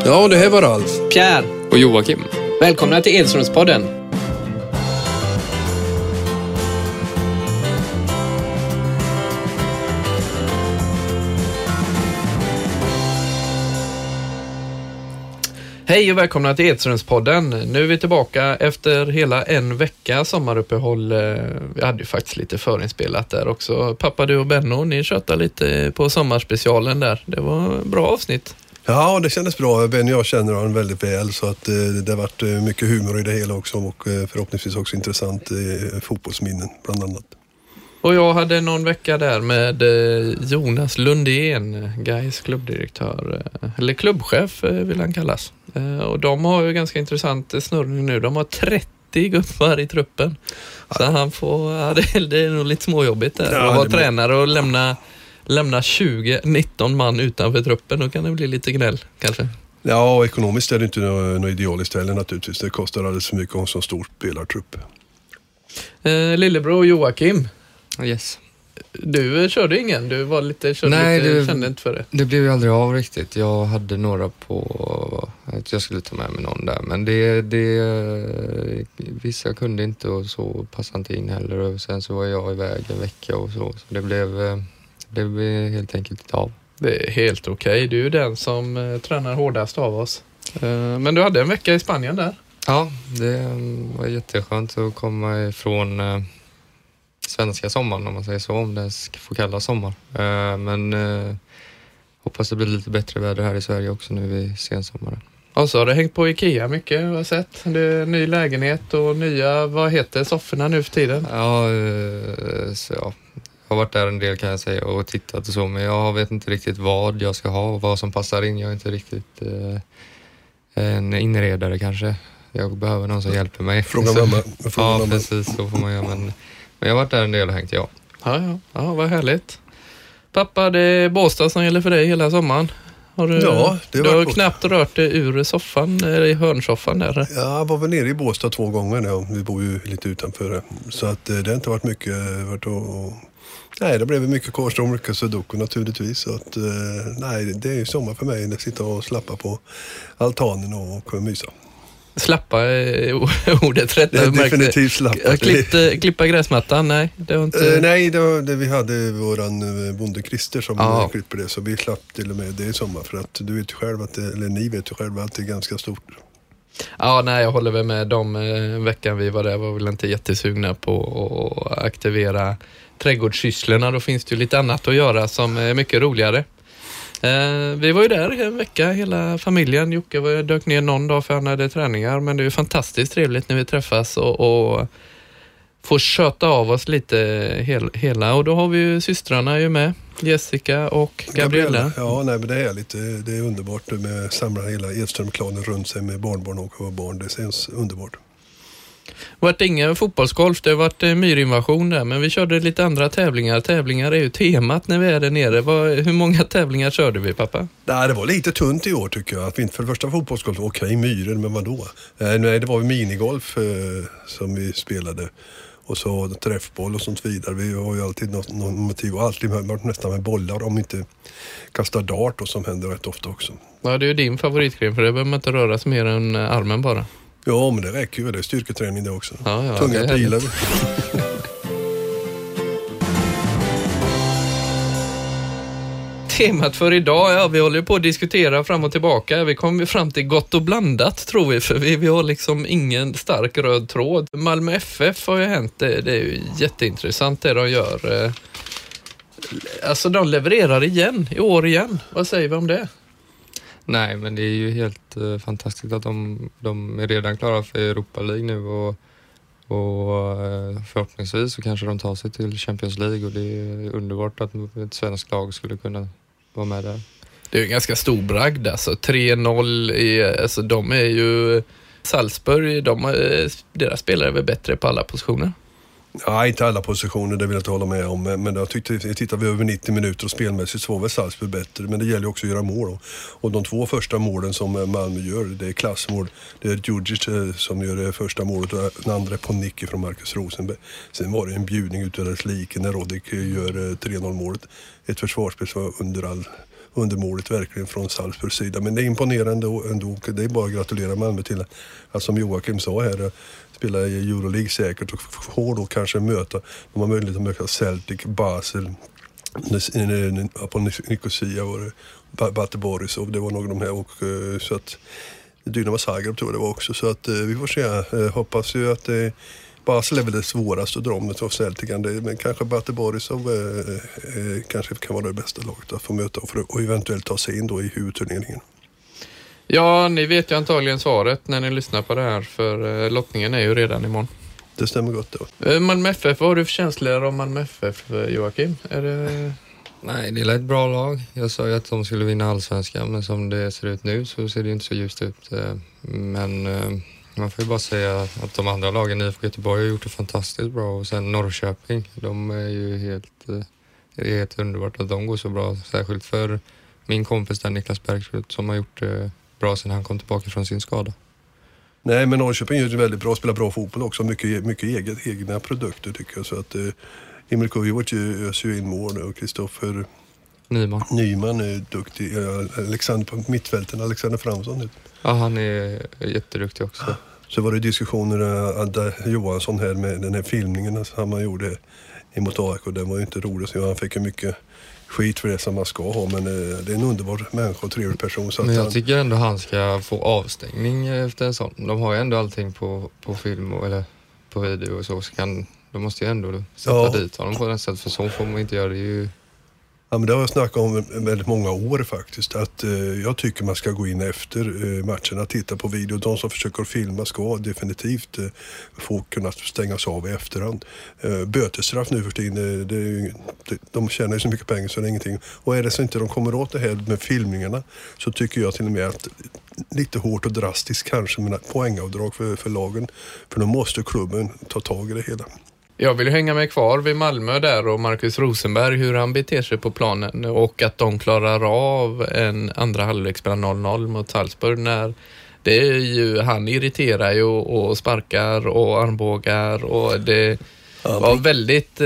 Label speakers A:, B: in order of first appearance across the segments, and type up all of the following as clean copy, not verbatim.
A: Ja, det här var Ralf.
B: Pierre.
C: Och Joakim.
B: Välkomna till Edströmspodden. Hej och välkomna till Edströmspodden. Nu är vi tillbaka efter hela en vecka sommaruppehåll. Vi hade ju faktiskt lite förinspelat där också. Pappa, du och Benno, ni tjötade lite på sommarspecialen där. Det var bra avsnitt.
A: Ja, det kändes bra. Ben och jag känner honom väldigt väl, så att det har varit mycket humor i det hela också, och förhoppningsvis också intressant fotbollsminnen bland annat. Och
B: jag hade någon vecka där med Jonas Lundén, Gais klubbdirektör, eller klubbchef vill han kallas. Och de har ju ganska intressant snurrning nu. De har 30 gubbar i truppen. Så han får, det är nog lite småjobbigt där. Ja, att vara tränare och lämna 20-19 man utanför truppen, då kan det bli lite gnäll kanske.
A: Ja, och ekonomiskt är det inte något idealiskt heller naturligtvis. Det kostar alldeles för mycket om så stor spelartrupp.
B: Lillebror Joakim.
C: Yes.
B: Du körde ingen, du var lite, kände inte för det.
C: Det blev ju aldrig av riktigt. Jag hade några på att jag skulle ta med mig någon där, men vissa kunde inte och så passade inte in heller, och sen så var jag iväg en vecka och så det blev helt enkelt inte av.
B: Det är helt okej. Du är ju den som tränar hårdast av oss. Men du hade en vecka i Spanien där.
C: Ja, det var jätteskönt att komma ifrån svenska sommaren, om man säger så, om det ska få kalla sommar. Men hoppas det blir lite bättre väder här i Sverige också nu i sensommaren.
B: Och så har det hängt på Ikea mycket, jag har sett. Det är ny lägenhet och nya, vad heter sofforna nu för tiden?
C: Ja, så ja. Jag har varit där en del kan jag säga och tittat och så, men jag vet inte riktigt vad jag ska ha och vad som passar in. Jag är inte riktigt en inredare kanske. Jag behöver någon som hjälper mig.
A: Fråga mamma.
C: Ja, precis, så får man göra. Men jag har varit där en del och hängt, ja.
B: Ja, vad härligt. Pappa, det är Båstad som gäller för dig hela sommaren. Du har knappt rört dig ur soffan, i hörnsoffan där.
A: Ja, jag var väl nere i Båstad 2 gånger nu. Vi bor ju lite utanför. Så att det har inte varit mycket. Nej, det blev mycket korstrån, mycket sudoku naturligtvis. Så att, nej, det är ju sommar för mig. Att sitta och slappa på altanen och mysa.
B: Slappa är ordet rätt.
A: Det är definitivt slappa.
B: Klippa gräsmattan, nej. Det var inte...
A: Nej, vi hade våran bonde Christer som klipper det. Så vi slapp till och med det i sommar. För att du vet ju själv ni vet ju själva att det är ganska stort.
B: Ja, nej, jag håller väl med. De veckan vi var där var väl inte jättesugna på att aktivera trädgårdssysslorna. Då finns det ju lite annat att göra som är mycket roligare. Vi var ju där en vecka, hela familjen. Jocke dök ner någon dag för han hade träningar, men det är ju fantastiskt trevligt när vi träffas och får köta av oss lite hela. Och då har vi ju systrarna ju med, Jessica och Gabriella.
A: Ja, nej, men det är lite, det är underbart med samla hela Edström-klanen runt sig med barnbarn och barn. Det känns underbart.
B: Det har varit ingen fotbollsgolf, det har varit myrinvasion där, men vi körde lite andra tävlingar. Tävlingar är ju temat när vi är där nere. Hur många tävlingar körde vi, pappa?
A: Nej, det var lite tunt i år tycker jag. Att vi inte för det första fotbollsgolf, okej, myren, men vadå? Nej, det var minigolf som vi spelade. Och så träffboll och sånt vidare. Vi har ju alltid något motiv och alltid varit nästan med bollar, om inte kastar dart, och som händer rätt ofta också.
B: Ja, det är ju din favoritgren, för det behöver man inte röra sig mer än armen bara.
A: Ja, men det räcker ju. Det är styrketräning det också.
B: Ja,
A: tunga pilar.
B: Temat för idag, vi håller på att diskutera fram och tillbaka. Vi kommer fram till gott och blandat, tror vi, för vi har liksom ingen stark röd tråd. Malmö FF har ju hänt, det är ju jätteintressant det de gör. Alltså de levererar i år igen. Vad säger vi om det?
C: Nej, men det är ju helt fantastiskt att de är redan klara för Europa League nu och förhoppningsvis så kanske de tar sig till Champions League, och det är underbart att ett svenskt lag skulle kunna vara med där.
B: Det är ju en ganska stor bragd alltså. 3-0 alltså de är ju Salzburg, deras spelare är väl bättre på alla positioner.
A: Ja, inte alla positioner, det vill jag inte hålla med om. Men jag tittar vi över 90 minuter och spelmässigt så var väl Salzburg bättre. Men det gäller också att göra mål. Och de 2 första målen som Malmö gör, det är klassmål. Det är Djurdjic som gör det första målet och den andra på nick från Marcus Rosenberg. Sen var det en bjudning utav dess like när Roddick gör 3-0 målet. Ett försvarsspel som var undermåligt verkligen från Salzburgs sida. Men det är imponerande ändå. Det är bara att gratulera Malmö till att som Joakim sa här, spela i Euroleague säkert och får då kanske möta, de har möjlighet att möta Celtic, Basel, på Nicosia och Bate Borisov, det var någon av de här, och så att Dynamo Zagreb tror jag det var också, så att vi får se, hoppas ju att Basel är väl det svåraste att dra med av Celtic, men kanske Bate Borisov kanske kan vara det bästa laget att få möta och eventuellt ta sig in då i huvudturneringen.
B: Ja, ni vet ju antagligen svaret när ni lyssnar på det här, för lottningen är ju redan imorgon.
A: Det stämmer gott då.
B: Malmö FF, vad har du för känslor om Malmö FF, Joakim? Är det...
C: Nej, det är ett bra lag. Jag sa ju att de skulle vinna allsvenskan, men som det ser ut nu så ser det inte så ljust ut. Men man får ju bara säga att de andra lagen i Göteborg har gjort det fantastiskt bra. Och sen Norrköping, de är ju helt underbart att de går så bra. Särskilt för min kompis där, Niklas Bergkrut, som har gjort det bra sen han kom tillbaka från sin skada.
A: Nej, men Norrköping gör det väldigt bra, spelar bra fotboll också, mycket egna produkter tycker jag, så att Emil Kujovic öser ju in mål och Kristoffer Nyman är duktig, Alexander på mittfälten, Alexander Fransson.
C: Ja, han är jätteduktig också.
A: Så var det diskussioner Adda Johansson här med den här filmningen som han gjorde emot AIK, och den var ju inte rolig, så han fick ju mycket skit för det som man ska ha, men det är en underbar människa och trevlig person. Så
C: men jag tycker ändå han ska få avstängning efter en sån. De har ju ändå allting på film eller på video och så kan de måste ju ändå sätta dit honom på den sätt, för så får man inte göra det ju.
A: Ja, men det har jag snackat om väldigt många år faktiskt, att jag tycker man ska gå in efter matcherna, titta på video. De som försöker filma ska definitivt få kunna stängas av i efterhand. Bötesstraff nu för tiden, de tjänar ju så mycket pengar så det är ingenting. Och är det så inte de kommer åt det här med filmningarna, så tycker jag till och med att lite hårt och drastiskt kanske, men poängavdrag för lagen, för då måste klubben ta tag i det hela.
B: Jag vill hänga mig kvar vid Malmö där och Marcus Rosenberg, hur han beter sig på planen och att de klarar av en andra halvlek spela 0-0 mot Salzburg, när det är ju, han irriterar ju och sparkar och armbågar, och det var väldigt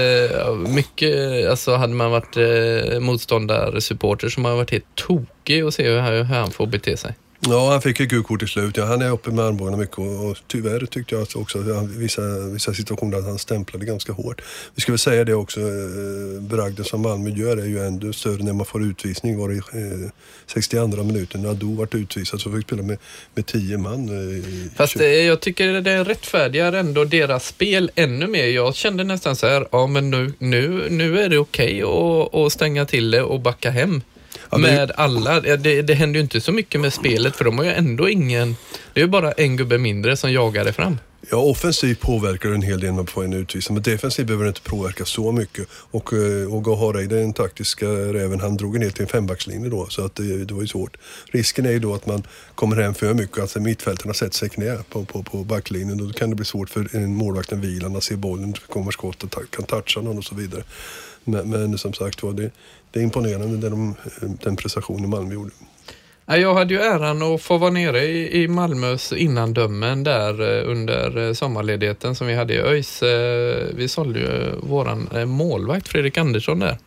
B: mycket, alltså hade man varit motståndarsupporter som har varit helt tokig och se hur han får bete sig.
A: Ja, han fick ju gulkort i slut. Ja, han är uppe med armbågarna mycket och tyvärr tyckte jag också att vissa situationer att han stämplade ganska hårt. Vi ska väl säga det också, bragden som Malmö gör är ju ändå större när man får utvisning. Var det 62 minuten när Ado varit utvisad så fick spela med 10 man.
B: Fast jag tycker det rättfärdigar ändå deras spel ännu mer. Jag kände nästan så här, ja men nu är det okej att stänga till det och backa hem. Ja, med alla, det händer ju inte så mycket med spelet, för de har ju ändå ingen, det är ju bara en gubbe mindre som jagar det fram.
A: Ja, offensivt påverkar en hel del med att få en utvisning, men defensivt behöver det inte påverka så mycket. Och Hareide, den taktiska räven, han drog ner till en 5-backslinje då, så att det var ju svårt. Risken är ju då att man kommer hem för mycket, alltså mittfältarna sätter sig knä på backlinjen, och då kan det bli svårt för en målvakt att vila, när ser bollen, kommer skott och kan toucha någon och så vidare. Men som sagt, det är imponerande den prestationen Malmö gjorde.
B: Jag hade ju äran att få vara nere i Malmös innandömen där under sommarledigheten som vi hade i ÖIS. Vi sålde ju våran målvakt Fredrik Andersson där.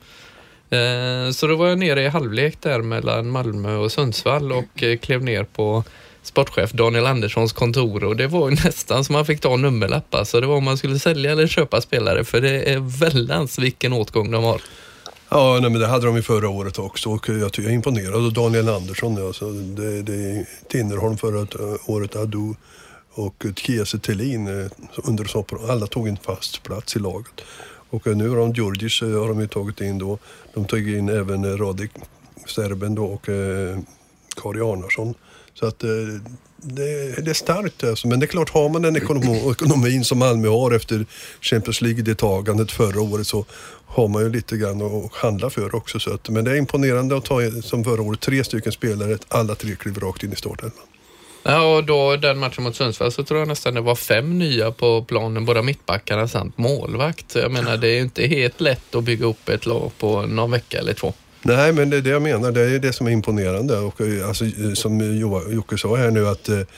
B: Så då var jag nere i halvlek där mellan Malmö och Sundsvall och klev ner på sportchef Daniel Anderssons kontor, och det var ju nästan som man fick ta nummerlappar, så det var om man skulle sälja eller köpa spelare, för det är väldans vilken åtgång de har.
A: Ja, nej, men det hade de i förra året också, och jag tycker jag är imponerad. Och Daniel Andersson, alltså, det Tinnerholm förra året, Ado och Kiese Thelin under sommaren, alla tog en fast plats i laget. Och nu har de Djurdjic har de ju tagit in då. De tog in även Radik Serben då och Kari Arnarsson. Så att det är starkt alltså. Men det är klart, har man den ekonomin som Malmö har efter Champions League-deltagandet förra året, så har man ju lite grann att handla för också. Så att, men det är imponerande att ta som förra året 3 stycken spelare, alla 3 kliver rakt in i starten.
B: Ja, och då den matchen mot Sundsvall så tror jag nästan det var 5 nya på planen, båda mittbackarna samt målvakt. Jag menar, det är inte helt lätt att bygga upp ett lag på någon vecka eller 2.
A: Nej, men det är det jag menar. Det är det som är imponerande. Och alltså, som Jocke sa här nu, att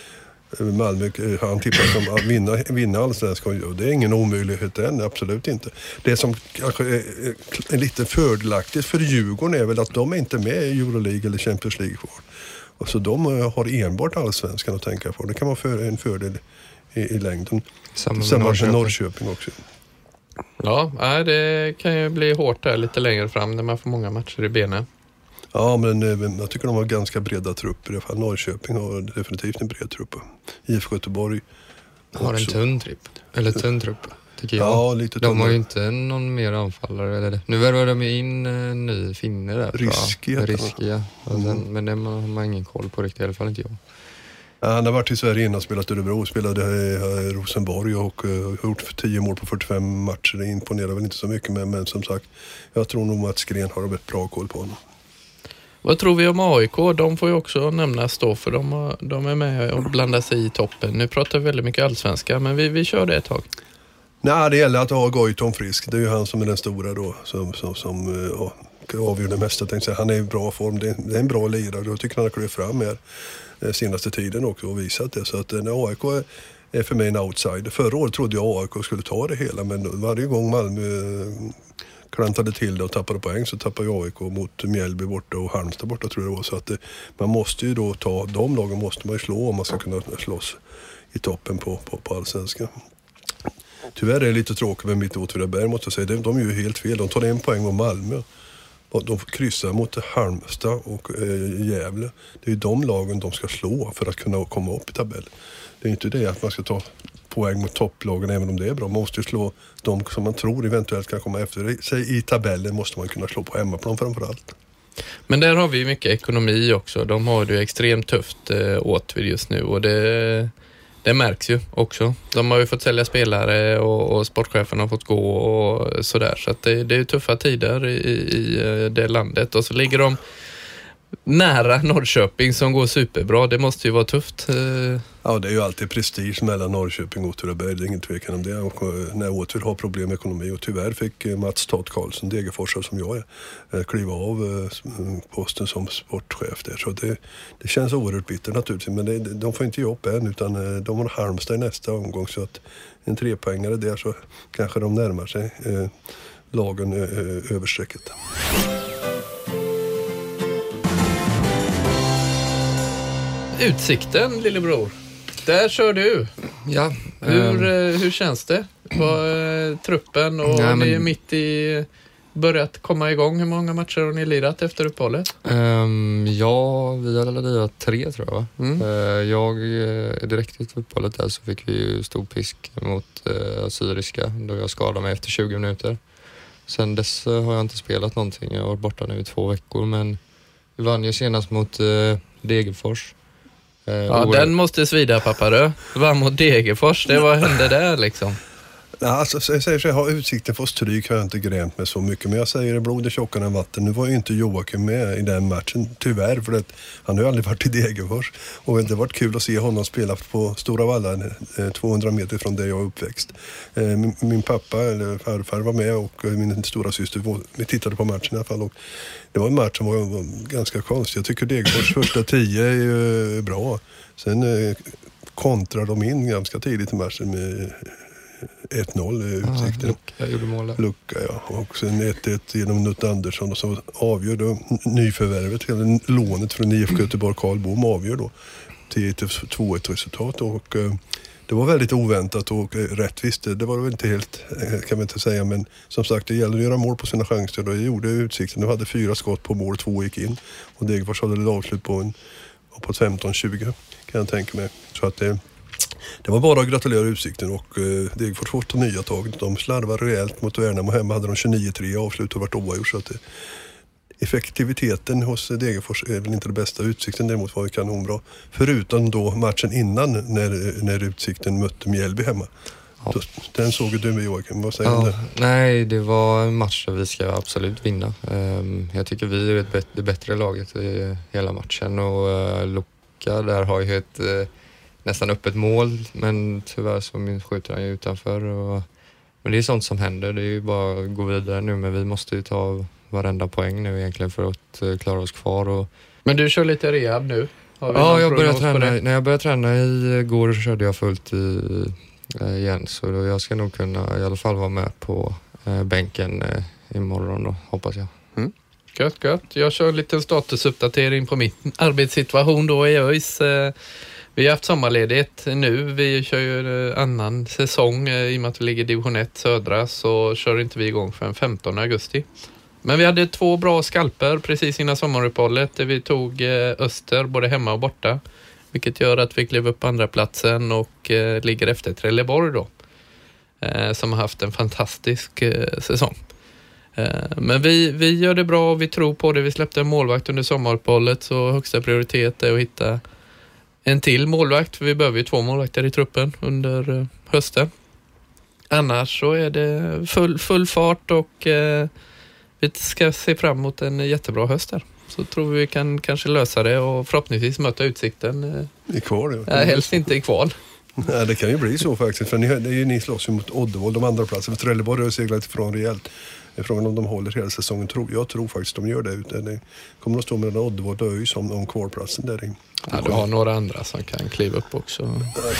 A: Malmö, han tippar som att vinna allsvenskan, och det är ingen omöjlighet än, absolut inte. Det som kanske är lite fördelaktigt för Djurgården är väl att de är inte med i Euroleague eller Champions League kvar. Och så de har enbart allsvenskan att tänka på. Det kan vara en fördel i längden. Samma med Norrköping också.
B: Ja, det kan ju bli hårt där lite längre fram när man får många matcher i benen.
A: Ja, men jag tycker de har ganska breda trupper. I alla fall Norrköping har definitivt en bred trupp. IFK Göteborg
C: har en tunn trupp, tycker jag.
A: Ja, lite tunn.
C: De har ju inte någon mer anfallare. Eller? Nu värvar de in en ny finne där.
A: Riski,
C: ja. Men det har man ingen koll på riktigt, i alla fall inte jag.
A: Ja, han har varit i Sverige innan, spelat Örebro, spelade i Rosenborg och gjort 10 mål på 45 matcher. Det imponerar väl inte så mycket, men som sagt, jag tror nog att Skren har ett bra koll på honom.
B: Vad tror vi om AIK? De får ju också nämnas då, för de är med och blandar sig i toppen. Nu pratar vi väldigt mycket allsvenska, men vi kör det ett tag.
A: Nej, det gäller att ha Goitom frisk. Det är ju han som är den stora då, som avgör det mesta. Han är i bra form, det är en bra lirare. Jag tycker han har klivit fram här senaste tiden också och visat det. Så att AIK är för mig en outsider. Förra året trodde jag AIK skulle ta det hela, men varje gång Malmö klantade till det och tappade poäng så tappade AIK mot Mjällby borta och Halmstad borta, tror jag det var. Så att man måste ju då ta, de lagen måste man ju slå om man ska kunna slåss i toppen på allsvenskan. Tyvärr är det lite tråkigt med mitt Åtvidaberg, måste jag säga. De är ju helt fel. De tar 1 poäng av Malmö. Och de kryssar mot Halmstad och Gävle. Det är ju de lagen de ska slå för att kunna komma upp i tabellen. Det är inte det att man ska ta poäng mot topplagen även om det är bra. Man måste ju slå de som man tror eventuellt kan komma efter sig i tabellen, måste man kunna slå på hemmaplan framförallt.
B: Men där har vi ju mycket ekonomi också. De har det ju extremt tufft Åtvid just nu, och det märks ju också. De har ju fått sälja spelare och sportchefen har fått gå och sådär. Så att det är tuffa tider i det landet. Och så ligger de nära Norrköping som går superbra. Det måste ju vara tufft.
A: Ja, det är ju alltid prestige mellan Norrköping och Åtvidaberg. Det är ingen tvekan om det. Och när Åtvid har problem med ekonomi, och tyvärr fick Mats Tott Karlsson, Degerforsare som jag är, kliva av posten som sportchef där. Så det känns oerhört bitter naturligtvis. Men de får inte jobb än, utan de har Halmstad i nästa omgång. Så att en 3-poängare där, så kanske de närmar sig lagen över strecket.
B: Utsikten, lillebror. Där kör du.
C: Ja.
B: Hur känns det? Truppen och ni är mitt i börjat komma igång. Hur många matcher har ni lirat efter uppehållet?
C: Ja, vi har lirat 3 tror jag. Jag direkt efter uppehållet där så fick vi ju stor pisk mot Syriska då jag skadade mig efter 20 minuter. Sen dess har jag inte spelat någonting. Jag har varit borta nu i 2 veckor, men vi vann ju senast mot Degerfors.
B: Ja, den måste svida, pappa. Vann mot Degerfors, vad hände där liksom?
A: Alltså, jag säger så här, har Utsikten fått stryk har jag inte grämt med så mycket. Men jag säger det, blod är tjockare än vatten. Nu var ju inte Joakim med i den matchen, tyvärr. För att han har ju aldrig varit i Degerfors. Och det har varit kul att se honom spela på Stora Vallan, 200 meter från där jag är uppväxt. Min pappa, eller farfar, var med och min stora syster, vi tittade på matchen i alla fall. Och det var en match som var ganska konstig. Jag tycker Degerfors första 10 är bra. Sen kontrar de in ganska tidigt i matchen med 1-0 Utsikten.
C: Jag gjorde mål där.
A: Lucka, ja. Och sen 1-1 genom Nutt Andersson, och så avgör då nyförvärvet, eller lånet från IFK Göteborg, Karl Bom, avgör då till 2-1 resultat. Och det var väldigt oväntat och rättvist. Det var väl inte helt, kan man inte säga, men som sagt, det gäller att göra mål på sina chanser, och det gjorde Utsikten. De hade 4 skott på mål, 2 gick in, och Degerfors hade ett avslut på 15-20, kan jag tänka mig. Så att det var bara att gratulera Utsikten, och Degerfors får ta nya tag. De slarvar rejält mot Värnamo. Hemma hade de 29-3 avslut och varit oavgjort. Så att effektiviteten hos Degerfors är väl inte det bästa. Utsikten däremot var kanonbra. Förutom då matchen innan när Utsikten mötte Mjällby hemma. Ja. Den såg du med Joakim. Vad säger du om det?
C: Nej, det var en match där vi ska absolut vinna. Jag tycker vi är det bättre laget i hela matchen. Och Lucka där har ju ett nästan öppet mål, men tyvärr så skjuter han ju utanför. Men det är sånt som händer. Det är ju bara att gå vidare nu, men vi måste ju ta varenda poäng nu egentligen för att klara oss kvar.
B: Men du kör lite rehab nu? Har vi
C: Ja,
B: någon
C: jag började
B: prognos på
C: träna.
B: det?
C: När jag började träna igår körde jag fullt igen. Så då jag ska nog kunna i alla fall vara med på bänken imorgon då, hoppas jag.
B: Gött. Jag kör en liten statusuppdatering på min arbetssituation då i ÖIS. Vi har haft sommarledighet nu. Vi kör ju annan säsong. I och med att vi ligger division 1 södra så kör inte vi igång förrän 15 augusti. Men vi hade 2 bra skalper precis innan sommaruppehållet där vi tog Öster både hemma och borta. Vilket gör att vi klev upp på andra platsen och ligger efter Trelleborg då. Som har haft en fantastisk säsong. Men vi gör det bra och vi tror på det. Vi släppte en målvakt under sommaruppehållet så högsta prioritet är att hitta en till målvakt. För vi behöver ju 2 målvakter i truppen under hösten. Annars så är det full fart och vi ska se fram emot en jättebra höst där. Så tror vi kan kanske lösa det och förhoppningsvis möta Utsikten.
A: I kval, ja.
B: Helst inte i kval.
A: Nej, det kan ju bli så faktiskt. För ni slåss ju mot Oddevold, de andra platserna. För Trelleborg har seglat ifrån rejält. Frågan om de håller hela säsongen. Jag tror faktiskt de gör det. Det kommer att stå mellan Oddevold och ÖIS om kvalplatsen där i.
B: Ja, du har några andra som kan kliva upp också.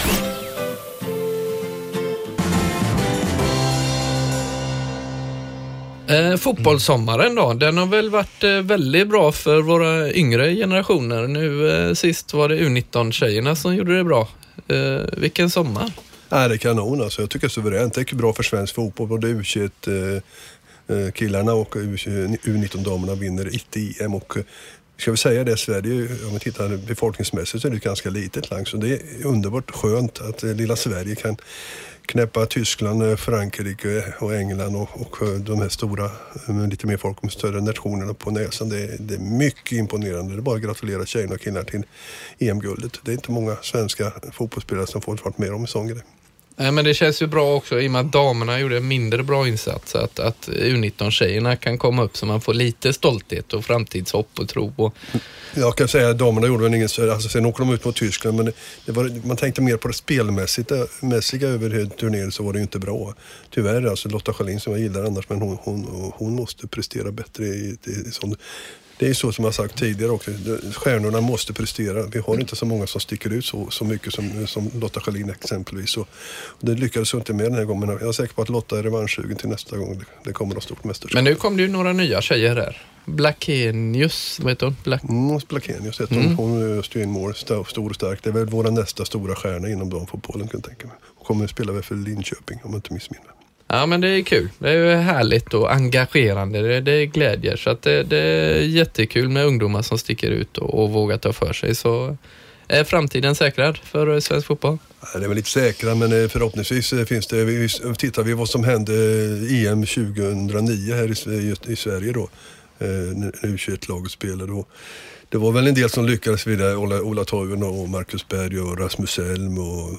B: Fotbollssommaren då, den har väl varit väldigt bra för våra yngre generationer. Nu sist var det U19-tjejerna som gjorde det bra. Vilken sommar?
A: Nej, det är kanon alltså. Jag tycker det är suveränt. Det är bra för svensk fotboll. Både U21 killarna och U19-damerna vinner ett EM och ska vi säga det, Sverige, om vi tittar befolkningsmässigt så är det ett ganska litet land. Så det är underbart skönt att lilla Sverige kan knäppa Tyskland, Frankrike och England och de här stora, lite mer folk med större nationerna på näsan. Det är mycket imponerande. Det är bara att gratulera tjejerna och killar till EM-guldet. Det är inte många svenska fotbollsspelare som får varit med om en sån grej.
B: Nej, men det känns ju bra också i och med att damerna gjorde en mindre bra insats att U19-tjejerna kan komma upp så man får lite stolthet och framtidshopp och tro på. Jag
A: kan säga att damerna gjorde väl ingen större, alltså sen åker de ut mot Tyskland men man tänkte mer på det spelmässiga över turneringen så var det ju inte bra. Tyvärr alltså Lotta Schelin som jag gillar annars men hon måste prestera bättre i sånt. Det är så som jag sagt tidigare också. Stjärnorna måste prestera. Vi har inte så många som sticker ut så mycket som Lotta Schelin exempelvis. Och det lyckades inte med den här gången. Men jag är säker på att Lotta är revanschsugen till nästa gång. Det kommer att stort mästerskap.
B: Men nu kom det ju några nya tjejer här. Blackenius, vad heter hon?
A: Blackenius heter hon. Hon är ju in mål, stor och stark. Det är väl våra nästa stora stjärna inom damfotbollen kan jag tänka mig. Och kommer att spela väl för Linköping om jag inte missminner.
B: Ja, men det är kul. Det är ju härligt och engagerande. Det är glädje. Så att det är jättekul med ungdomar som sticker ut och vågar ta för sig. Så är framtiden säkrad för svensk fotboll?
A: Ja, det är väl lite säkra, men förhoppningsvis finns det. Tittar vi vad som hände EM 2009 här i Sverige då. När U21-laget spelade då. Det var väl en del som lyckades vid det. Ola Toivonen och Marcus Berg och Rasmus Elm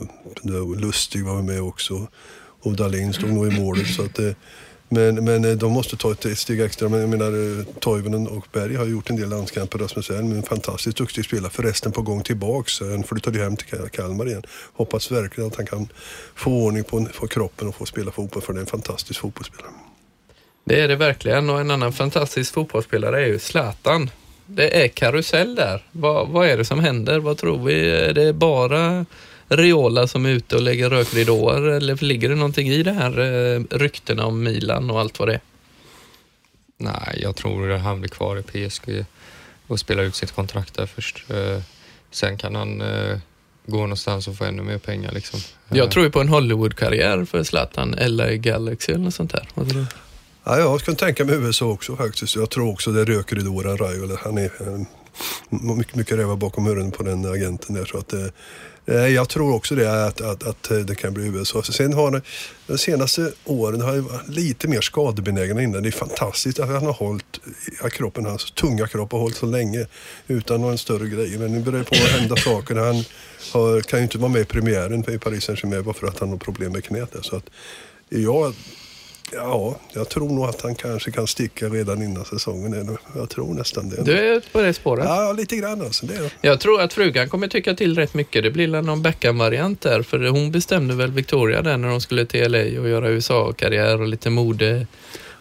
A: och Lustig var med också. Och Dahlin stod nog i målet så att men de måste ta ett steg extra. Men jag menar Toivonen och Berg har gjort en del landskamper. Rasmus Elm, en fantastiskt duktig spelare, förresten på gång tillbaks. Han flyttade hem till Kalmar igen. Hoppas verkligen att han kan få ordning på kroppen och få spela fotboll, för det är en fantastisk fotbollsspelare.
B: Det är det verkligen, och en annan fantastisk fotbollsspelare är ju Zlatan. Det är karusell där. Vad är det som händer? Vad tror vi? Är det bara Riola som är ute och lägger rökridåer, eller ligger det någonting i det här ryktena om Milan och allt vad det är?
C: Nej, jag tror att han blir kvar i PSG och spelar ut sitt kontrakt där först. Sen kan han gå någonstans och få ännu mer pengar liksom.
B: Jag tror ju på en Hollywood-karriär för Zlatan eller Galaxy eller något sånt där.
A: Ja, jag skulle tänka mig USA också faktiskt. Jag tror också det röker i dåren Raiola. Han är mycket räva bakom öronen på den agenten där, så att jag tror också det att det kan bli USA. Sen har de senaste åren har varit lite mer skadebenägna innan. Det är fantastiskt att han har hållit kroppen, hans tunga kropp har hållit så länge utan någon större grej. Men nu börjar det på att hända saker. Han kan ju inte vara med i premiären i Paris Saint-Germain bara för att han har problem med knät. Så att jag tror nog att han kanske kan sticka redan innan säsongen. Jag tror nästan det.
B: Du är på det spåret?
A: Ja, lite grann alltså.
B: Jag tror att frugan kommer tycka till rätt mycket. Det blir någon Beckham-variant där. För hon bestämde väl Victoria där när hon skulle till LA och göra USA-karriär och lite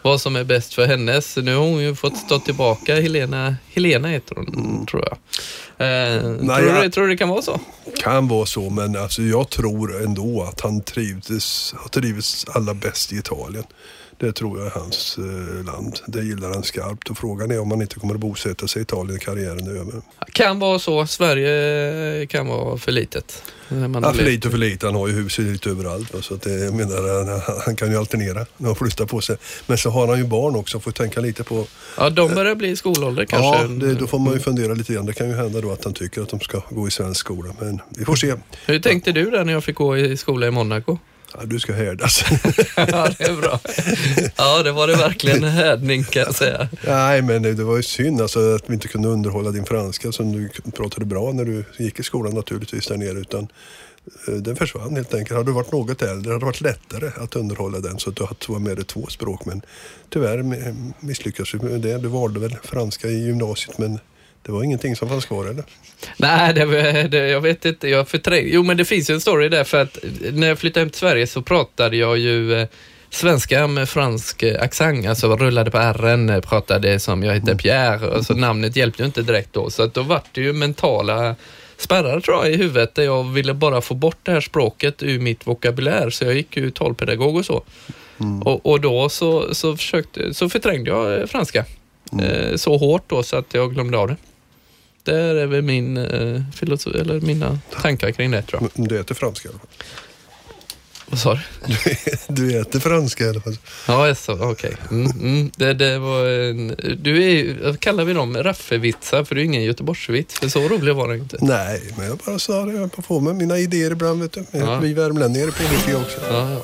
B: vad som är bäst för hennes. Nu har hon ju fått stå tillbaka. Helena heter hon, tror jag. Tror du det kan vara så?
A: Kan vara så, men alltså jag tror ändå att han trivs allra bäst i Italien. Det tror jag är hans land. Det gillar han skarpt. Och frågan är om han inte kommer att bosätta sig i Italien i karriären över.
B: Kan vara så. Sverige kan vara för litet.
A: För lite. Han har ju huset lite överallt. Så att jag menar, han kan ju alternera när han flyttar på sig. Men så har han ju barn också. Får tänka lite på...
B: Ja, de börjar bli skolålder kanske.
A: Ja, då får man ju fundera lite grann. Det kan ju hända då att han tycker att de ska gå i svensk skola. Men vi får se.
B: Hur tänkte du där när jag fick gå i skola i Monaco?
A: Ja, du ska härdas.
B: Ja, det är bra. Ja, det var det verkligen en härdning, kan jag säga.
A: Nej, men det var ju synd alltså, att vi inte kunde underhålla din franska som du pratade bra när du gick i skolan naturligtvis där nere, utan den försvann helt enkelt. Hade du varit något äldre hade det varit lättare att underhålla den så att du hade med dig 2 språk, men tyvärr misslyckades du med det. Du valde väl franska i gymnasiet, men det var ingenting som fanns kvar, eller?
B: Nej, jag vet inte. Jag förträngde. Jo, men det finns ju en story där, för att när jag flyttade hem till Sverige så pratade jag ju svenska med fransk accent. Alltså rullade på R:n, pratade som jag heter Pierre. Alltså namnet hjälpte ju inte direkt då. Så att då var det ju mentala spärrar, tror jag, i huvudet. Där jag ville bara få bort det här språket ur mitt vokabulär. Så jag gick ju talpedagog och så. Och då så förträngde jag franska. Så hårt då så att jag glömde av det. Det är väl min filosofi, eller mina tankar kring det, tror jag.
A: Men du äter franska i alla fall.
B: Vad sa du?
A: Du äter franska i alla fall.
B: Ja, okej. Det var kallar vi dem raffevitsar, för det är ingen göteborgsvits, för så rolig var det inte.
A: Nej, men jag bara sa det. Jag får med mina idéer ibland, vet du. Vi värmlänningar är på också.
B: Ja.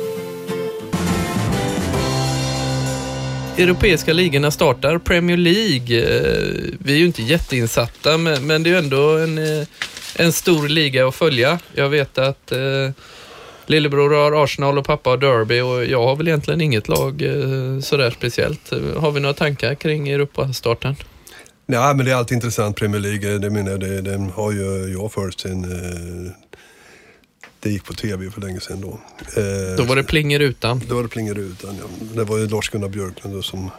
B: Europeiska ligorna startar. Premier League, vi är ju inte jätteinsatta, men det är ju ändå en stor liga att följa. Jag vet att lillebror har Arsenal och pappa har Derby, och jag har väl egentligen inget lag sådär speciellt. Har vi några tankar kring Europastarten?
A: Nej, men det är alltid intressant. Premier League, det menar jag, den har ju jag först sen... Det gick på tv för länge sedan då.
B: Då var det Plingerutan.
A: Då var det Plingerutan, ja. Det var ju Lars-Gunnar Björklund då som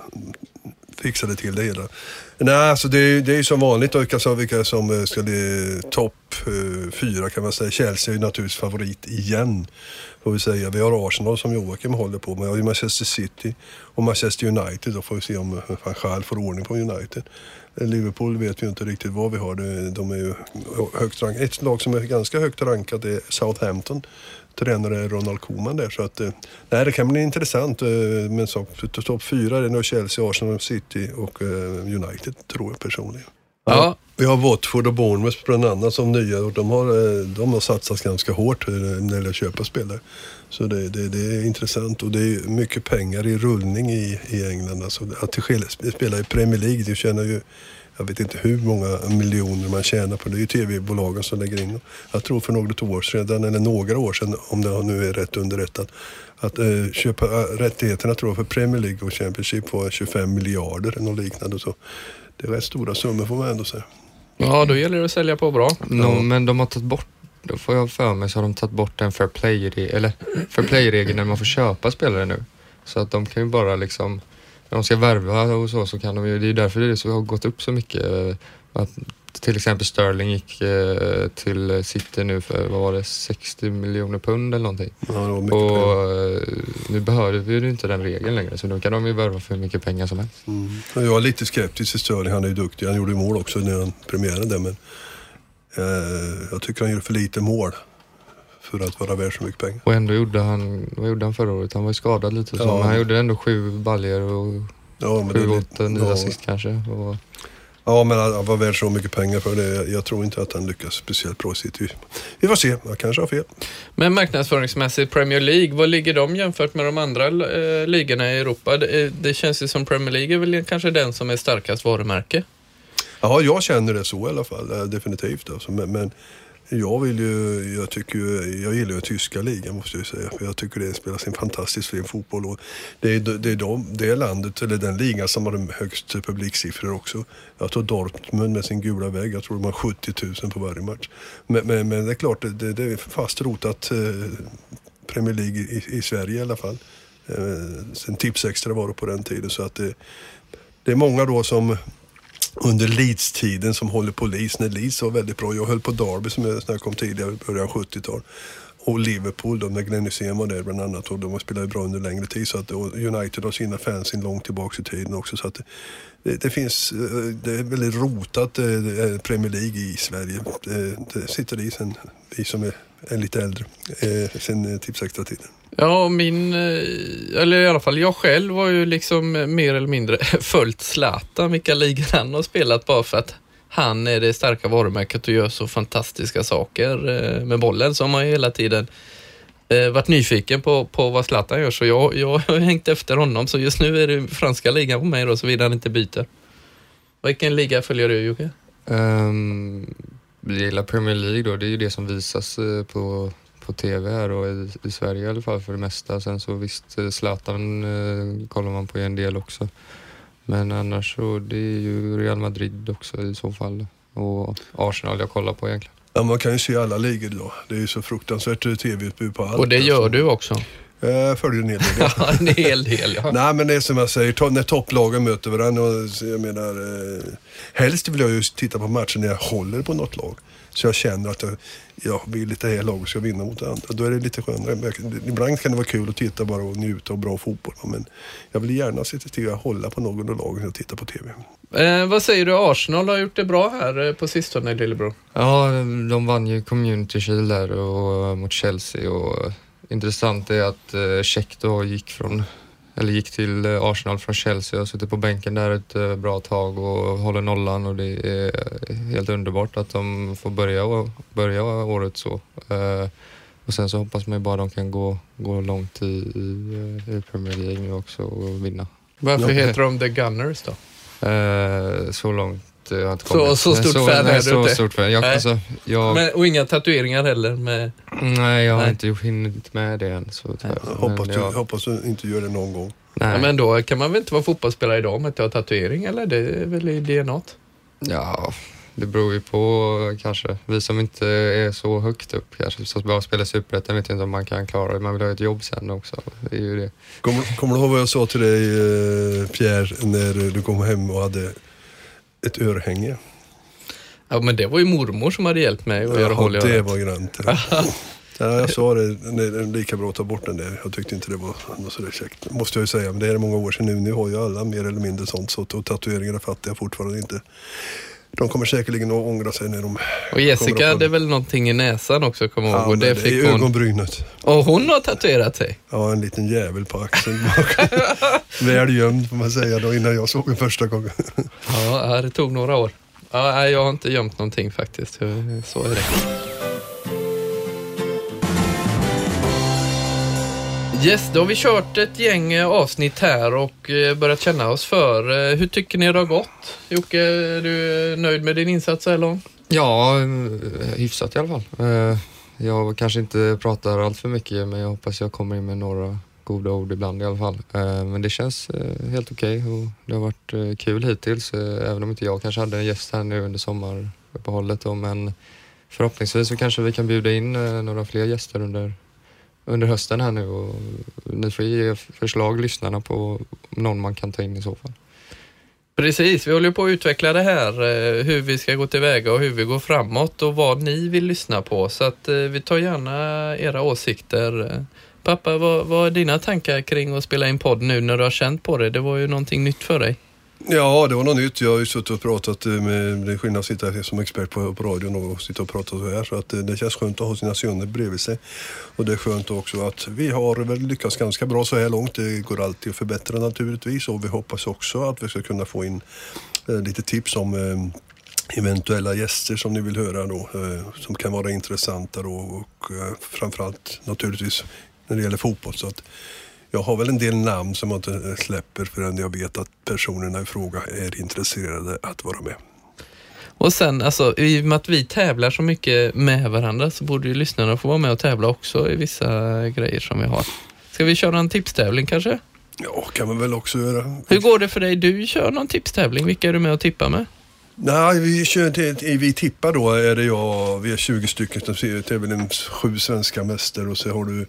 A: fixade till det hela. Nej, alltså det är ju som vanligt då, vilka som ska bli topp 4 kan man säga. Chelsea är ju naturligtvis favorit igen, får vi säga. Vi har Arsenal som Joakim håller på med. Vi har ju Manchester City och Manchester United. Då får vi se om Van Gaal får ordning på United. Liverpool vet vi inte riktigt vad vi har. De är ju högt rankat. Ett lag som är ganska högt rankat är Southampton. Tränare Ronald Koeman där. Så att, nej, det kan bli intressant. Men så topp 4 är nu Chelsea, Arsenal, City och United, tror jag personligen. Ja. Vi har Watford och Bournemouth bland annat som nya, och de har satsat ganska hårt när det gäller att köpa spelare. Så det är intressant, och det är mycket pengar i rullning i England. Alltså, att spela i Premier League, det tjänar ju, jag vet inte hur många miljoner man tjänar på. Det är ju tv-bolagen som lägger in. Jag tror för några år sedan, om det nu är rätt underrättat, att köpa rättigheterna, tror jag, för Premier League och Championship var 25 miljarder eller något liknande. Så det är rätt stora summor, får man ändå säga.
B: Ja, då gäller det att sälja på bra.
C: Men de har tagit bort, då får jag för mig, så har de tagit bort en fair play-regel när man får köpa spelare nu. Så att de kan ju bara liksom, när de ska värva och så kan de ju, det är därför det har gått upp så mycket. Att till exempel Sterling gick till City nu för, vad var det, 60 miljoner pund eller någonting. Ja, det var mycket och nu behöver vi ju inte den regeln längre, så nu kan de ju värva för mycket pengar som helst.
A: Jag är lite skeptisk till Sterling, han är ju duktig, han gjorde ju mål också när han premierade där, men jag tycker han gör för lite mål för att vara värd så mycket pengar.
C: Och ändå gjorde han förra året, han var ju skadad lite, så, men han gjorde ändå 7 baljer och 7-8 assist kanske. Och...
A: Ja, men han var värd så mycket pengar för det. Jag tror inte att han lyckas speciellt bra i sitt. Vi får se, jag kanske har fel.
B: Men marknadsföringsmässigt, Premier League, vad ligger de jämfört med de andra ligorna i Europa? Det känns ju som Premier League är väl kanske den som är starkast varumärke.
A: Ja, jag känner det så i alla fall, definitivt. Alltså. Men jag gillar ju tyska ligan, måste jag säga. För jag tycker det spelas en fantastiskt fin fotboll. Och det är det landet, eller den ligan, som har de högst publiksiffror också. Jag tror Dortmund med sin gula vägg, jag tror de har 70 000 på varje match. Men det är klart, det är fast rotat Premier League i Sverige i alla fall. Sen Tipsextra var det på den tiden, så att det är många då som under Leeds-tiden som håller på Leeds, när Leeds var väldigt bra. Jag höll på Derby som jag kom tidigare, början 70-tal. Och Liverpool då, när Glenn Hysén var där bland annat, och de har spelat bra under längre tid, så att United har sina fans in långt tillbaka i tiden också, så att det finns, det är väldigt rotat Premier League i Sverige. Det sitter i sen vi som är lite äldre, sen Tipsextra-tiden.
B: Ja, eller i alla fall jag själv var ju liksom mer eller mindre följt Zlatan, vilka ligor han har spelat, bara för att han är det starka varumärket och gör så fantastiska saker med bollen, som har hela tiden varit nyfiken på vad Zlatan gör, så jag har hängt efter honom, så just nu är det franska ligan på mig då, så vidare han inte byter. Vilken liga följer du, Jocke?
C: Det gäller Premier League då, det är ju det som visas på tv här och i Sverige i alla fall för det mesta. Sen så visst, Zlatan kollar man på en del också. Men annars så det är ju Real Madrid också i så fall. Och Arsenal jag kollar på egentligen.
A: Ja, man kan ju se alla ligor då. Det är ju så fruktansvärt tv-utbud på allt.
B: Och det gör du också?
A: Följer en hel del.
B: Ja, en hel del, ja.
A: Nej, men det är som jag säger, när topplagen möter varandra, och jag menar, helst vill jag ju titta på matchen när jag håller på något lag. Så jag känner att jag vill lite här lag ska vinna mot det andra. Då är det lite skönare. Ibland kan det vara kul att titta bara och njuta av bra fotboll. Men jag vill gärna se till att hålla på någon av lagen och titta på tv.
B: Vad säger du? Arsenal har gjort det bra här på sistone, lillebror.
C: Ja, de vann ju Community Shield där och mot Chelsea. Och intressant är att Cech då gick till Arsenal från Chelsea och har suttit på bänken där ett bra tag och håller nollan, och det är helt underbart att de får börja året så. Och sen så hoppas man ju bara de kan gå långt i Premier League nu också och vinna.
B: Varför heter de The Gunners då?
C: Så långt jag har inte kommit.
B: Så stort fan är du inte?
C: Stort fan.
B: Och inga tatueringar heller?
C: Nej, jag har inte hunnit med det än. Så
A: hoppas du inte gör det någon gång.
B: Ja, men då kan man väl inte vara fotbollsspelare idag om man inte har tatuering, eller? Det är väl i DNA?
C: Ja, det beror ju på kanske. Vi som inte är så högt upp kanske, så bara spela Superettan, vet inte om man kan klara det. Man vill ha ett jobb sen också. Det är ju det.
A: Kommer du ihåg vad jag sa till dig, Pierre, när du kom hem och hade ett örhänge?
B: Ja, men det var ju mormor som hade hjälpt mig att göra håll i örat.
A: Det var grant. Ja, jag sa det, det är lika bra att ta bort den där. Jag tyckte inte det var så där käckt. Måste jag ju säga, men det är många år sedan nu. Nu har ju alla mer eller mindre sånt, och tatueringarna fattar jag fortfarande inte. De kommer säkerligen att ångra sig när de...
B: Och Jessica hade väl någonting i näsan också, kommer ihåg. Och det fick
A: hon... ögonbrynet.
B: Och hon har tatuerat sig?
A: Ja, en liten jävel på axeln. Väl gömd, får man säga, då, innan jag såg den första gången.
B: Ja, det tog några år. Ja, jag har inte gömt någonting faktiskt. Så är det. Yes, då har vi kört ett gäng avsnitt här och börjat känna oss för. Hur tycker ni det har gått? Jocke, är du nöjd med din insats så här långt?
C: Ja, hyfsat i alla fall. Jag kanske inte pratar allt för mycket, men jag hoppas jag kommer in med några goda ord ibland i alla fall. Men det känns helt okej och det har varit kul hittills. Även om inte jag kanske hade en gäst här nu under sommaruppehållet. Men förhoppningsvis så kanske vi kan bjuda in några fler gäster under hösten här nu, och ni får ge förslag lyssnarna på någon man kan ta in i så fall.
B: Precis, vi håller på att utveckla det här, hur vi ska gå tillväga och hur vi går framåt och vad ni vill lyssna på, så att vi tar gärna era åsikter. Pappa, vad är dina tankar kring att spela in podd nu när du har känt på det? Det var ju någonting nytt för dig.
A: Ja, det var något nytt. Jag har ju suttit och pratat med, det är skillnad att sitta här som expert på radion och sitta och prata så här, så att det känns skönt att ha sina söner bredvid sig. Och det är skönt också att vi har väl lyckats ganska bra så här långt. Det går alltid att förbättra naturligtvis, och vi hoppas också att vi ska kunna få in lite tips om eventuella gäster som ni vill höra då, som kan vara intressanta då, och framförallt naturligtvis när det gäller fotboll. Så att jag har väl en del namn som jag inte släpper förrän jag vet att personerna i fråga är intresserade att vara med.
B: Och sen, alltså, i och med att vi tävlar så mycket med varandra så borde ju lyssnarna få vara med och tävla också i vissa grejer som vi har. Ska vi köra en tipstävling kanske?
A: Ja, kan man väl också göra.
B: Hur går det för dig? Du kör någon tipstävling. Vilka är du med och tippar med?
A: Nej, vi tippar då, vi är 20 stycken, det är väl 7 svenska mäster, och så har du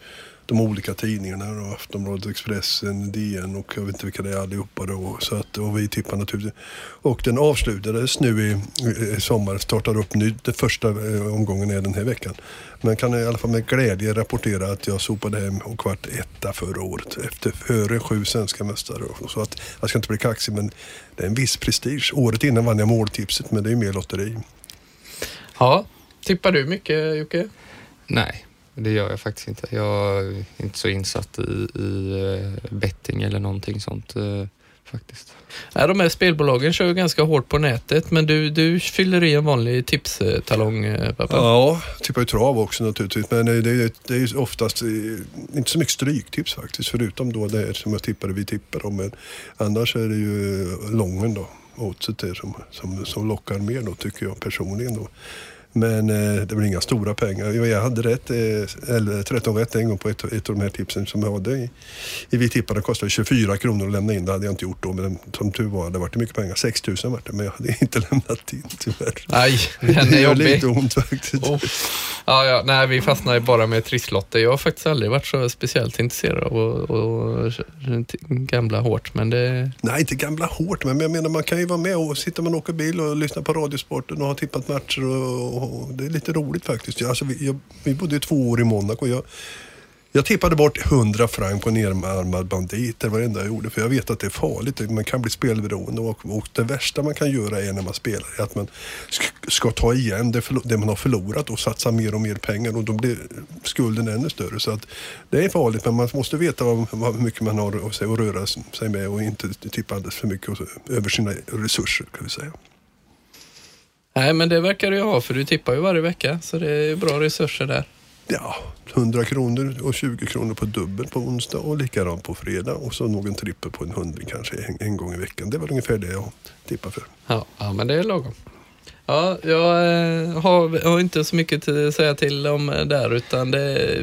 A: de olika tidningarna och Aftonbladet, Expressen, DN och jag vet inte vilka det är allihopa då. Så att, och vi tippar naturligtvis. Och den avslutades nu i sommar, startar upp nu. Den första omgången är den här veckan. Men kan i alla fall med glädje rapportera att jag sopade hem och kvart etta förra året. Före 7 svenska mästare. Så att jag ska inte bli kaxig, men det är en viss prestige. Året innan vann jag måltipset, men det är mer lotteri.
B: Ja, tippar du mycket, Jocke?
C: Nej, det gör jag faktiskt inte. Jag är inte så insatt i betting eller någonting sånt faktiskt.
B: Ja, de här spelbolagen kör ju ganska hårt på nätet, men du fyller i en vanlig tipstalong, pappa.
A: Ja, tippar ju trav också naturligtvis, men det är ju oftast inte så mycket stryktips faktiskt, förutom då det som jag tippade, vi tippar om, men annars är det ju lången då, oddset där som lockar mer då, tycker jag personligen då. Men det blir inga stora pengar. Jag hade rätt, eller 13 rätt en gång på ett av de här tipsen som jag hade i vi tippade. Kostade 24 kronor att lämna in. Det hade jag inte gjort då, men som tur var, det var mycket pengar. 6 000 var det, men jag hade inte lämnat in tyvärr.
B: Nej, den är
A: det gör
B: jobbig.
A: lite ont faktiskt.
B: Oh. Ja, nej, vi fastnar ju bara med trisslotter. Jag har faktiskt aldrig varit så speciellt intresserad av gamla hårt, men det... Nej,
A: inte gamla hårt, men jag menar man kan ju vara med och sitta man och åker bil och lyssna på radiosporten och ha tippat matcher och det är lite roligt faktiskt. Alltså, vi bodde 2 år i Monaco. Jag tippade bort 100 franc på en enarmad bandit. Det var det enda jag gjorde. För jag vet att det är farligt. Man kan bli spelberoende. Och det värsta man kan göra är när man spelar är att man ska ta igen det man har förlorat och satsa mer och mer pengar. Och då blir skulden ännu större. Så att det är farligt. Men man måste veta hur mycket man har att röra sig med. Och inte tippa alldeles för mycket över sina resurser, kan vi säga.
B: Nej, men det verkar du ha, för du tippar ju varje vecka, så det är bra resurser där.
A: Ja, 100 kronor och 20 kronor på dubbel på onsdag och likadant på fredag och så någon trippel på en 100 kanske en gång i veckan. Det var ungefär det jag tippar för.
B: Ja, men det är lagom. Ja, jag har inte så mycket att säga till om där, utan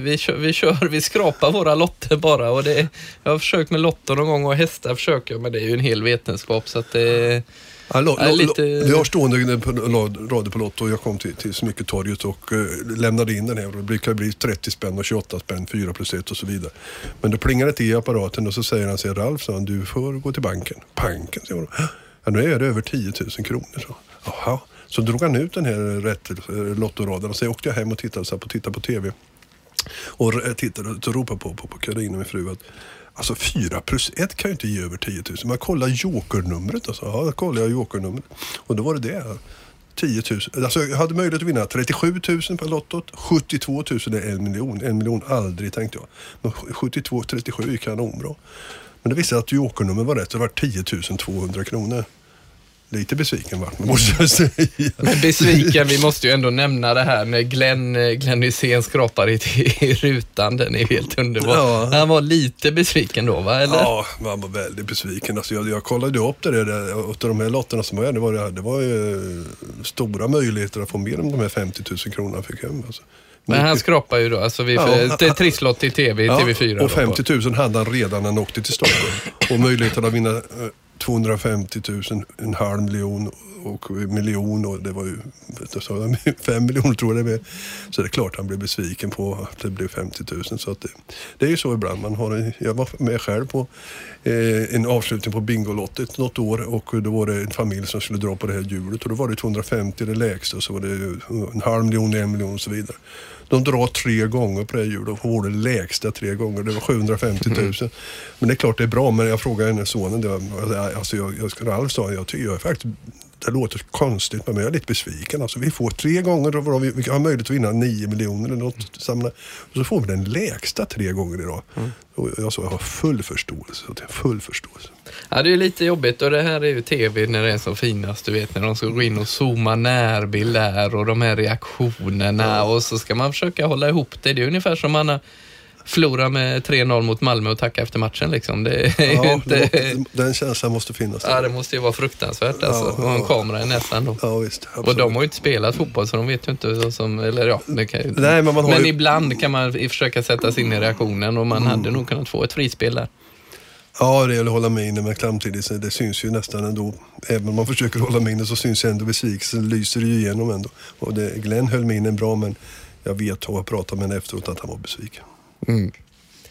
B: vi skrapar våra lotter bara, och jag har försökt med lotter någon gång och hästar försöker jag, men det är ju en hel vetenskap, så att det
A: vi har stående på radio på Lotto och jag kom till Smycketorget och lämnade in den här och det brukar bli 30 spänn och 28 spänn, 4 plus 1 och så vidare. Men då plingar det till i apparaten och så säger han sig, Ralf, så du får gå till banken. Banken, säger hon. Ja, nu är det över 10 000 kronor. Så. Jaha. Så drog han ut den här lottoraden och så åkte jag hem och tittade på tv. Och tittade och ropade på Karin och min fru att alltså 4 plus 1 kan ju inte ge över 10 000. Man kollar jokernumret. Alltså. Ja, kollade jag jokernumret. Och då var det 10 000. Alltså jag hade möjlighet att vinna 37 000 på lottot. 72 000 är 1 miljon. 1 miljon aldrig, tänkte jag. Men 37 är kanonbra. Men det visade att jokernumret var rätt. Det var 10 200 kronor. Lite besviken vart man måste jag säga.
B: Men besviken, vi måste ju ändå nämna det här med Glenn Hysén skrapar i rutan. Den är helt underbar. Ja. Han var lite besviken då, va? Eller?
A: Ja, han var väldigt besviken. Alltså jag kollade upp det där, och de här lotterna som det var ju stora möjligheter att få mer än de här 50 000 kronorna fick hem. Alltså.
B: Men han skrapar ju då, alltså trisslott i TV4.
A: Och 50 000 hade han redan när han åkte till Stockholm. Och möjligheten att vinna 250 000, en halv miljon och miljon, och det var ju 5 miljoner tror jag det var. Så det är klart han blev besviken på att det blev 50 000. Så att det är ju så ibland. Jag var med själv på en avslutning på Bingolottet något år, och då var det en familj som skulle dra på det här hjulet, och då var det 250 det lägsta, och så var det en halv miljon, 1 miljon och så vidare. De drar 3 gånger på det här hjulet och får det lägsta 3 gånger. Det var 750 000. Men det är klart det är bra, men jag frågade henne sonen. Alltså jag tycker faktiskt det låter konstigt, men jag är lite besviken. Alltså, vi får 3 gånger, då vi har möjlighet att vinna 9 miljoner eller något samla. Och så får vi den lägsta 3 gånger idag. Och jag har full förståelse.
B: Ja, det är lite jobbigt, och det här är ju tv när det är som finast, du vet, när de ska gå in och zooma närbild där och de här reaktionerna, och så ska man försöka hålla ihop det. Det är ungefär som man förlora med 3-0 mot Malmö och tacka efter matchen liksom. Det är inte...
A: Den känslan måste finnas.
B: Ja, det måste ju vara fruktansvärt alltså. Och en kamera i nästan då.
A: Ja, visst. Absolut.
B: Och de har ju inte spelat fotboll, så de vet ju inte vad som, eller ja, det kan ju...
A: Nej, men
B: ibland kan man försöka sätta sig in i reaktionen, och man hade nog kunnat få ett frispel där.
A: Ja, det gäller att hålla med inne, men samtidigt det syns ju nästan ändå. Även om man försöker hålla med inne så syns ju ändå besvikelsen, lyser ju igenom ändå. Och Glenn höll med inne bra, men jag vet och jag pratade med henne efteråt att han var besviken.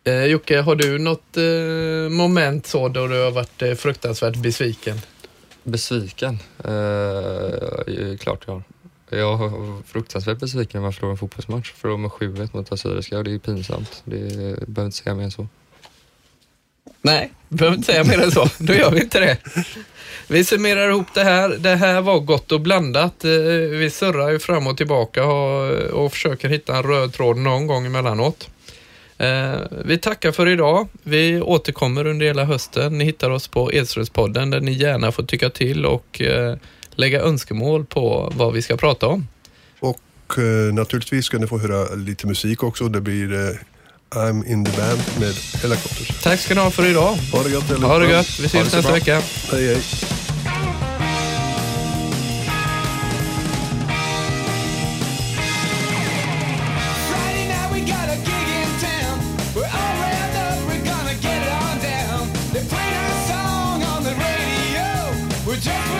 B: Jocke, har du något moment så då du har varit fruktansvärt besviken?
C: Besviken? Klart jag har. Jag har fruktansvärt besviken när man förlorar en fotbollsmatch. Förlorar med 7-1 mot Assyriska och det är pinsamt. Det behöver inte säga mer än så.
B: Nej, behöver inte säga mer än så. Då gör vi inte det. Vi summerar ihop det här. Det här var gott och blandat. Vi surrar ju fram och tillbaka och försöker hitta en röd tråd någon gång emellanåt. Vi tackar för idag. Vi återkommer under hela hösten. Ni hittar oss på Edströmspodden där ni gärna får tycka till och lägga önskemål på vad vi ska prata om.
A: Och naturligtvis ska ni få höra lite musik också. Det blir I'm in the band med Helicopters.
B: Tack ska ni ha för idag.
A: Ha det gott.
B: Ha det gott. Vi ses nästa vecka.
A: Hej hej.
D: Just